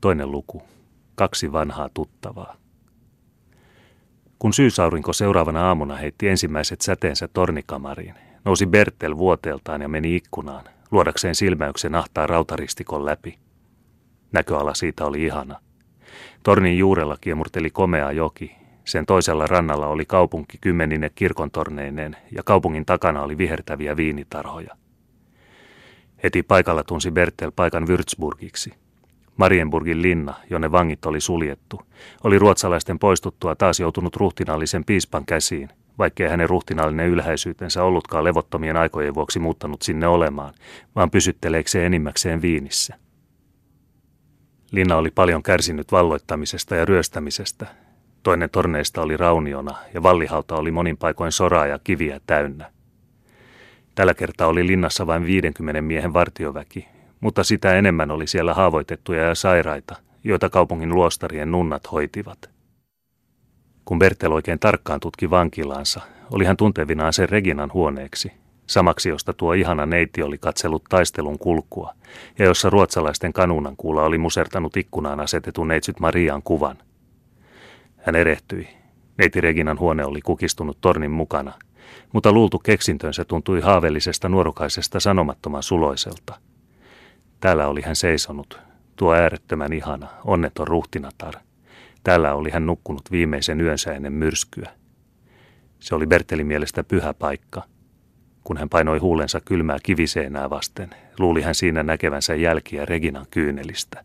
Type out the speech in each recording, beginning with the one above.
Toinen luku. 2 vanhaa tuttavaa. Kun syysaurinko seuraavana aamuna heitti ensimmäiset säteensä tornikamariin, nousi Bertel vuoteeltaan ja meni ikkunaan, luodakseen silmäyksen ahtaan rautaristikon läpi. Näköala siitä oli ihana. Tornin juurella kiemurteli komea joki. Sen toisella rannalla oli kaupunki kymmenine kirkontorneineen ja kaupungin takana oli vihertäviä viinitarhoja. Heti paikalla tunsi Bertel paikan Würzburgiksi. Marienburgin linna, jonne vangit oli suljettu, oli ruotsalaisten poistuttua taas joutunut ruhtinaallisen piispan käsiin, vaikkei hänen ruhtinaallinen ylhäisyytensä ollutkaan levottomien aikojen vuoksi muuttanut sinne olemaan, vaan pysytteleekseen enimmäkseen Viinissä. Linna oli paljon kärsinyt valloittamisesta ja ryöstämisestä. Toinen torneista oli rauniona ja vallihauta oli monin paikoin soraa ja kiviä täynnä. Tällä kertaa oli linnassa vain 50 miehen vartioväki, mutta sitä enemmän oli siellä haavoitettuja ja sairaita, joita kaupungin luostarien nunnat hoitivat. Kun Bertel oikein tarkkaan tutki vankilaansa, oli hän tuntevinaan sen Reginan huoneeksi, samaksi josta tuo ihana neiti oli katsellut taistelun kulkua, ja jossa ruotsalaisten kanuunan kuula oli musertanut ikkunaan asetetun neitsyt Marian kuvan. Hän erehtyi. Neiti Reginan huone oli kukistunut tornin mukana, mutta luultu keksintönsä tuntui haaveellisesta nuorukaisesta sanomattoman suloiselta. Täällä oli hän seisonut, tuo äärettömän ihana, onneton ruhtinatar. Täällä oli hän nukkunut viimeisen yönsä ennen myrskyä. Se oli Bertelin mielestä pyhä paikka. Kun hän painoi huulensa kylmää kiviseinää vasten, luuli hän siinä näkevänsä jälkiä Reginan kyynelistä.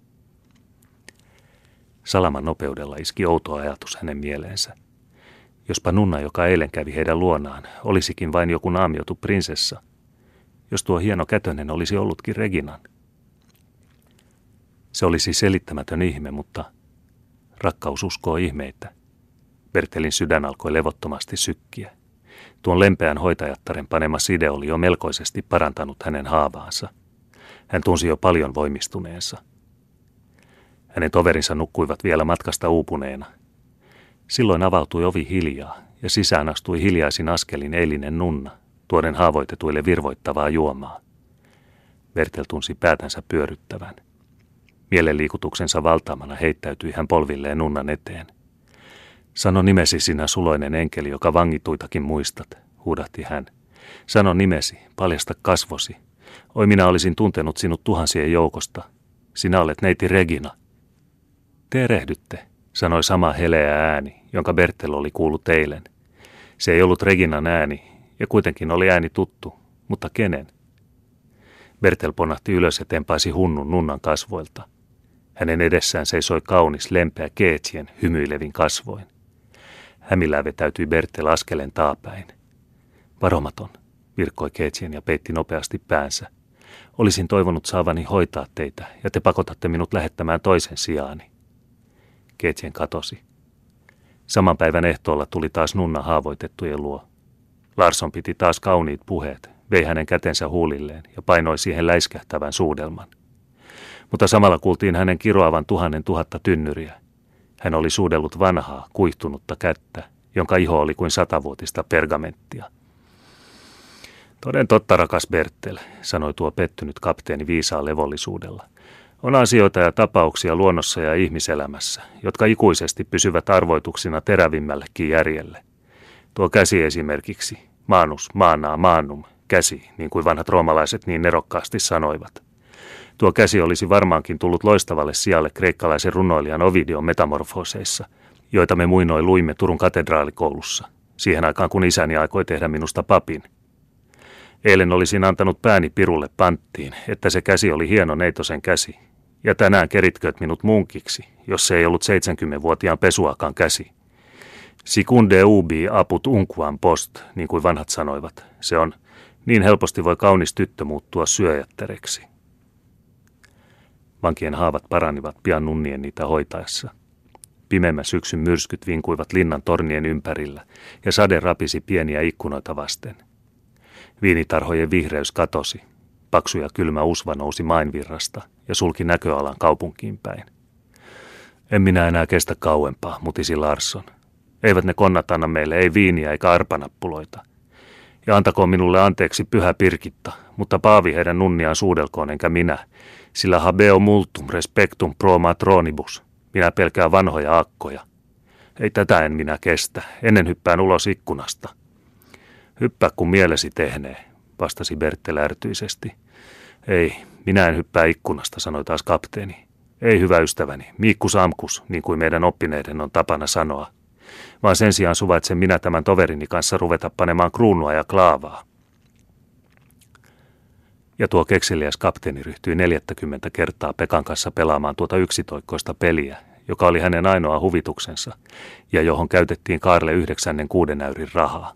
Salaman nopeudella iski outo ajatus hänen mieleensä. Jospa nunna, joka eilen kävi heidän luonaan, olisikin vain joku naamioitu prinsessa. Jos tuo hieno kätönen olisi ollutkin Reginan. Se olisi selittämätön ihme, mutta rakkaus uskoo ihmeitä. Bertelin sydän alkoi levottomasti sykkiä. Tuon lempeän hoitajattaren panema side oli jo melkoisesti parantanut hänen haavaansa. Hän tunsi jo paljon voimistuneensa. Hänen toverinsa nukkuivat vielä matkasta uupuneena. Silloin avautui ovi hiljaa ja sisään astui hiljaisin askelin eilinen nunna, tuoden haavoitetuille virvoittavaa juomaa. Bertel tunsi päätänsä pyöryttävän. Mielenliikutuksensa valtaamana heittäytyi hän polvilleen nunnan eteen. Sano nimesi sinä suloinen enkeli, joka vangituitakin muistat, huudahti hän. Sano nimesi, paljasta kasvosi. Oi minä olisin tuntenut sinut tuhansien joukosta. Sinä olet neiti Regina. Te erehdytte, sanoi sama heleä ääni, jonka Bertel oli kuullut eilen. Se ei ollut Reginan ääni, ja kuitenkin oli ääni tuttu, mutta kenen? Bertel ponahti ylös ja tempaisi hunnun nunnan kasvoilta. Hänen edessään seisoi kaunis, lempeä Keetsien hymyilevin kasvoin. Hämillään vetäytyi Bertel askelen taapäin. Varomaton, virkkoi Keetsien ja peitti nopeasti päänsä. Olisin toivonut saavani hoitaa teitä, ja te pakotatte minut lähettämään toisen sijaani. Keetsien katosi. Saman päivän ehtoolla tuli taas nunna haavoitettujen luo. Larsson piti taas kauniit puheet, vei hänen kätensä huulilleen ja painoi siihen läiskähtävän suudelman. Mutta samalla kuultiin hänen kiroavan 1000 tynnyriä. Hän oli suudellut vanhaa, kuihtunutta kättä, jonka iho oli kuin 100-vuotista pergamenttia. Toden totta, rakas Bertel, sanoi tuo pettynyt kapteeni viisaan levollisuudella. On asioita ja tapauksia luonnossa ja ihmiselämässä, jotka ikuisesti pysyvät arvoituksina terävimmällekin järjelle. Tuo käsi esimerkiksi, manus, maanaa, maanum, käsi, niin kuin vanhat roomalaiset niin nerokkaasti sanoivat. Tuo käsi olisi varmaankin tullut loistavalle sijalle kreikkalaisen runoilijan Ovidion metamorfoseissa, joita me muinoin luimme Turun katedraalikoulussa, siihen aikaan kun isäni aikoi tehdä minusta papin. Eilen olisin antanut pääni pirulle panttiin, että se käsi oli hieno neitosen käsi, ja tänään keritkööt minut munkiksi, jos se ei ollut 70-vuotiaan pesuakaan käsi. Secunde ubi apud unquam post, niin kuin vanhat sanoivat. Se on, niin helposti voi kaunis tyttö muuttua syöjättäreksi. Vankien haavat paranivat pian nunnien niitä hoitaessa. Pimeämmän syksyn myrskyt vinkuivat linnan tornien ympärillä, ja sade rapisi pieniä ikkunoita vasten. Viinitarhojen vihreys katosi. Paksu ja kylmä usva nousi mainvirrasta ja sulki näköalan kaupunkiin päin. En minä enää kestä kauempaa, mutisi Larsson. Eivät ne konnat anna meille ei viiniä eikä arpanappuloita. Ja antakoon minulle anteeksi pyhä Pirkitta, mutta Paavi heidän nunniaan suudelkoon enkä minä, Sillä habeo multum respectum pro matronibus. Minä pelkään vanhoja akkoja. Ei tätä en minä kestä. Ennen hyppään ulos ikkunasta. Hyppää kun mielesi tehnee, vastasi Bertel ärtyisesti. Ei, minä en hyppää ikkunasta, sanoi taas kapteeni. Ei hyvä ystäväni, miikkus amkus, niin kuin meidän oppineiden on tapana sanoa. Vaan sen sijaan suvaitsen minä tämän toverini kanssa ruveta panemaan kruunua ja klaavaa. Ja tuo kekseliäs kapteeni ryhtyi 40 kertaa Pekan kanssa pelaamaan tuota yksitoikkoista peliä, joka oli hänen ainoa huvituksensa, ja johon käytettiin Kaarle 96 äyrin rahaa.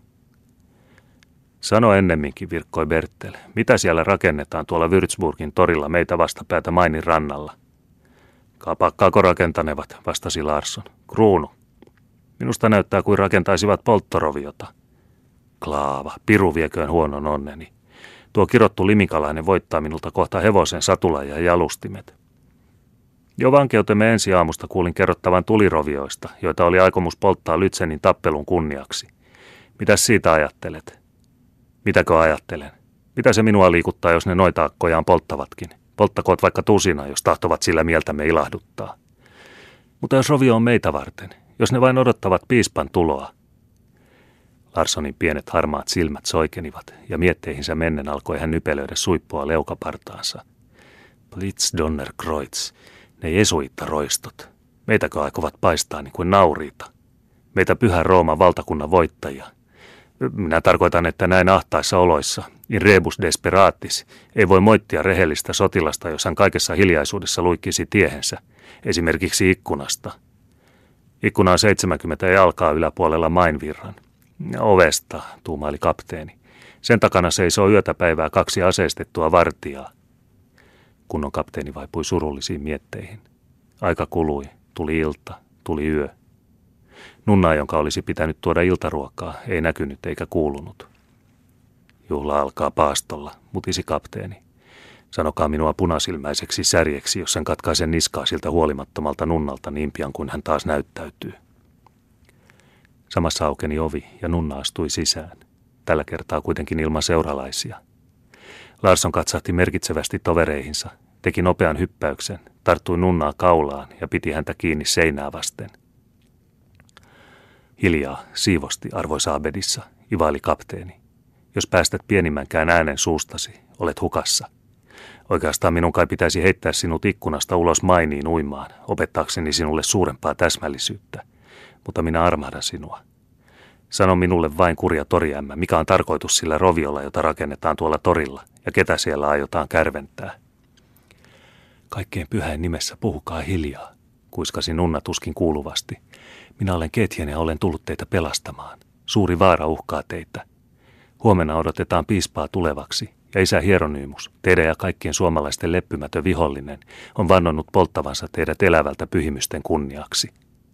Sano ennemminkin, virkkoi Bertel, mitä siellä rakennetaan tuolla Würzburgin torilla meitä vastapäätä Mainin rannalla? Kapakkaako rakentanevat, vastasi Larsson. Kruunu. Minusta näyttää kuin rakentaisivat polttoroviota. Klaava, piru vieköön huonon onneni. Tuo kirottu limikalainen voittaa minulta kohta hevosen satulan ja jalustimet. Jo vankeutemme ensi aamusta kuulin kerrottavan tulirovioista, joita oli aikomus polttaa Lützenin tappelun kunniaksi. Mitäs siitä ajattelet? Mitäkö ajattelen? Mitä se minua liikuttaa, jos ne noita akkojaan polttavatkin? Polttakoot vaikka tusina, jos tahtovat sillä mieltämme ilahduttaa. Mutta jos rovio on meitä varten, jos ne vain odottavat piispan tuloa. Larssonin pienet harmaat silmät soikenivat, ja mietteihinsä mennen alkoi hän nypelöidä suippua leukapartaansa. Blitz Donnerkreuz, ne jesuittaroistot. Meitäkö aikovat paistaa niin kuin nauriita? Meitä pyhän Rooman valtakunnan voittajia. Minä tarkoitan, että näin ahtaissa oloissa, in rebus desperatis, ei voi moittia rehellistä sotilasta, jos hän kaikessa hiljaisuudessa luikkisi tiehensä, esimerkiksi ikkunasta. Ikkuna on 70 jalkaa yläpuolella mainvirran. Ovesta, tuumaili kapteeni. Sen takana seisoo yötä päivää 2 aseistettua vartijaa. Kunnon kapteeni vaipui surullisiin mietteihin. Aika kului, tuli ilta, tuli yö. Nunna, jonka olisi pitänyt tuoda iltaruokaa, ei näkynyt eikä kuulunut. Juhla alkaa paastolla, mutisi kapteeni. Sanokaa minua punasilmäiseksi särjeksi, jos sen katkaisen niskaa siltä huolimattomalta nunnalta niin pian kuin hän taas näyttäytyy. Samassa aukeni ovi ja nunna astui sisään. Tällä kertaa kuitenkin ilman seuralaisia. Larsson katsahti merkitsevästi tovereihinsa, teki nopean hyppäyksen, tarttui nunnaa kaulaan ja piti häntä kiinni seinää vasten. Hiljaa, siivosti, arvoisa Abedissa, ivaili kapteeni. Jos päästät pienimmänkään äänen suustasi, olet hukassa. Oikeastaan minun kai pitäisi heittää sinut ikkunasta ulos Mainiin uimaan, opettaakseni sinulle suurempaa täsmällisyyttä. Mutta minä armahdan sinua. Sano minulle vain, kurja toriämmä, mikä on tarkoitus sillä roviolla, jota rakennetaan tuolla torilla, ja ketä siellä aiotaan kärventää. Kaikkeen pyhäin nimessä puhukaa hiljaa, kuiskasi nunna tuskin kuuluvasti. Minä olen Ketjen ja olen tullut teitä pelastamaan. Suuri vaara uhkaa teitä. Huomenna odotetaan piispaa tulevaksi, ja isä Hieronymus, teidän ja kaikkien suomalaisten leppymätön vihollinen, on vannonnut polttavansa teidät elävältä pyhimysten kunniaksi.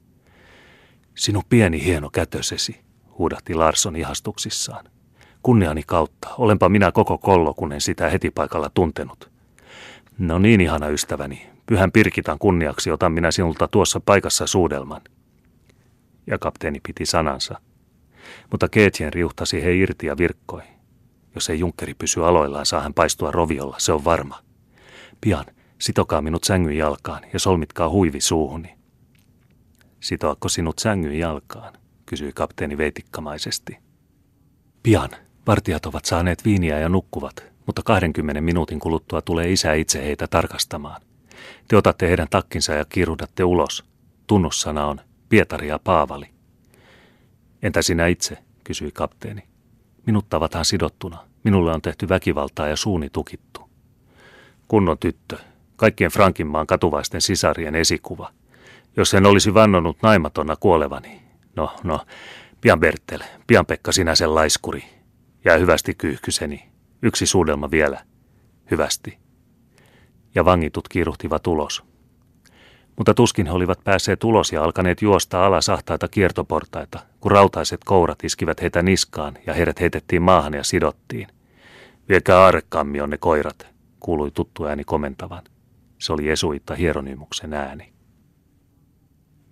Sinun pieni hieno kätösesi, huudahti Larsson ihastuksissaan. Kunniani kautta, olenpa minä koko kollo, kun en sitä heti paikalla tuntenut. No niin, ihana ystäväni, pyhän Pirkitan kunniaksi otan minä sinulta tuossa paikassa suudelman. Ja kapteeni piti sanansa. Mutta Ketjen riuhtasi he irti ja virkkoi. Jos ei junkkeri pysy aloillaan, saa hän paistua roviolla, se on varma. Pian, sitokaa minut sängyn jalkaan ja solmitkaa huivi suuhuni. Sitoako sinut sängyn jalkaan, kysyi kapteeni veitikkamaisesti. Pian, vartijat ovat saaneet viiniä ja nukkuvat, mutta 20 minuutin kuluttua tulee isä itse heitä tarkastamaan. Te otatte heidän takkinsa ja kiirudatte ulos. Tunnussana on Pietari ja Paavali. Entä sinä itse, kysyi kapteeni. Minut tavataan sidottuna. Minulle on tehty väkivaltaa ja suuni tukittu. Kunnon tyttö, kaikkien Frankinmaan katuvaisten sisarien esikuva. Jos en olisi vannonut naimatonna kuolevani. No, pian Bertel, pian Pekka sinä sen laiskuri. Jää hyvästi kyyhkyseni. Yksi suudelma vielä. Hyvästi. Ja vangitut kiiruhtivat ulos. Mutta tuskin he olivat päässeet ulos ja alkaneet juosta alas ahtaita kiertoportaita, kun rautaiset kourat iskivät heitä niskaan ja heidät heitettiin maahan ja sidottiin. Viekää aarrekammion ne koirat, kuului tuttu ääni komentavan. Se oli jesuitta Hieronymuksen ääni.